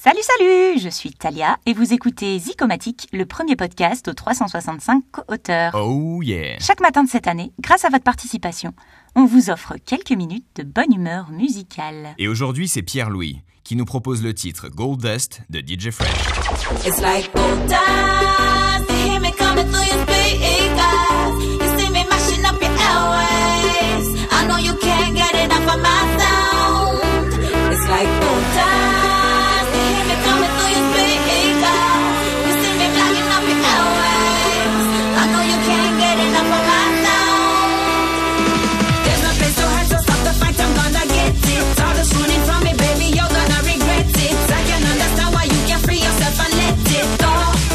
Salut, je suis Talia et vous écoutez Zicomatique, le premier podcast aux 365 co-auteurs. Oh yeah! Chaque matin de cette année, grâce à votre participation, on vous offre quelques minutes de bonne humeur musicale. Et aujourd'hui, c'est Pierre-Louis qui nous propose le titre Gold Dust de DJ Fresh. It's like gold dust, you hear me coming through your speakers. You see me mashing up your airwaves. I know you can't get enough of my sound. It's like gold dust, you hear me coming through your speakers. You see me blocking up your airwaves. I know you can't get enough of my sound. There's no place to hide, so stop the fight, I'm gonna get it. All that's running from me, baby, you're gonna regret it. I can understand why you can't free yourself and let it go.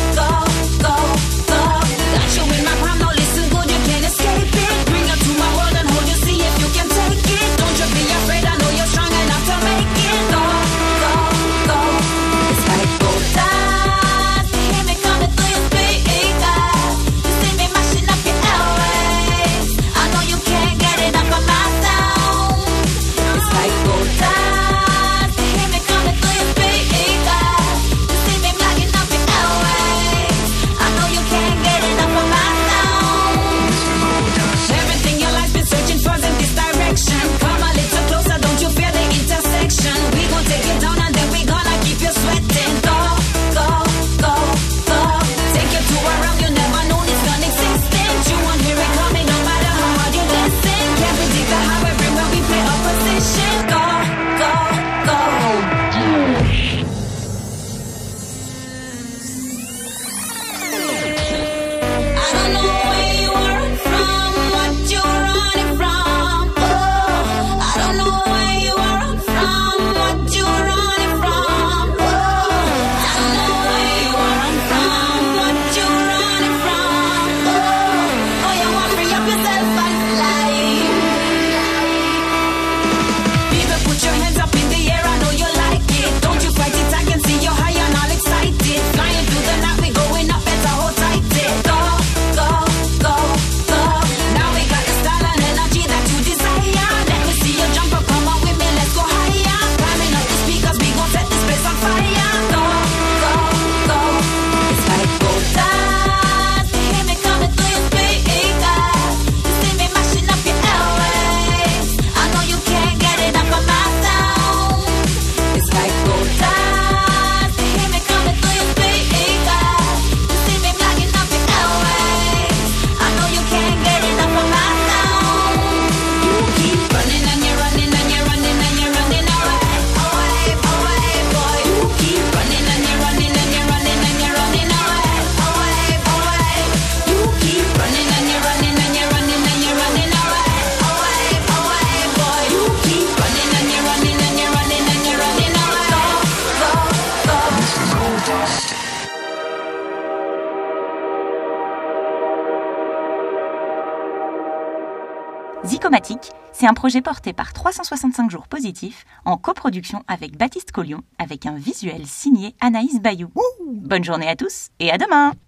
Got you in my palm, now listen good, you can't escape it. Bring you to my world and hold you, see if you can take it. Don't you be afraid, I know you're strong enough to make it. Go. It's like gold dust, you hear me coming through your speakers. You see me mashing up your airwaves. I know you can't get enough of my sound. It's like gold dust, you hear me coming through your speakers. You see me blocking up your airwaves. I know you can't get enough of my sound. Everything your life's been searching for's in this direction. Come a little closer, don't you fear the intersection? We gon' take you down and then we gonna keep you sweating. Go. Take you to a realm you never known it's non-existent. You won't hear it coming no matter how hard you listen. Can't predict how everywhere we play our position. Go. I don't know where you run from, what you're running from. Oh, I don't know where you run from, what you're running from. Oh, I don't know where you run from, what you're running from. Oh, you want to free up yourself and fly. People, put your hands up in the air, I know you like it. Don't you fight it, I can see you're high and all excited. Flying through the night, we going up, better hold tight. Go. Now we got the style and energy that you desire. Let me see you jump up, come on with me, let's go higher. Climbing up the speakers, we gon' set this place on fire. Go. It's like gold dust, you hear me coming through your speakers. You see me mashing up your airwaves. I know you can't get enough of my sound. It's like gold dust, you hear me coming through your speakers. You see me blocking up your airwaves. I know you can't get enough of my sound. You keep running and you're running and you're running and you're running away, boy. You keep running and you're running and you're running and you're running away, boy. You keep running and you're running and you're running and you're running away, boy. You keep running and you're running and you're running and you're running away. Go. Zicomatique, c'est un projet porté par 365 jours positifs en coproduction avec Baptiste Collion avec un visuel signé Anaïs Bayou. Bonne journée à tous et à demain!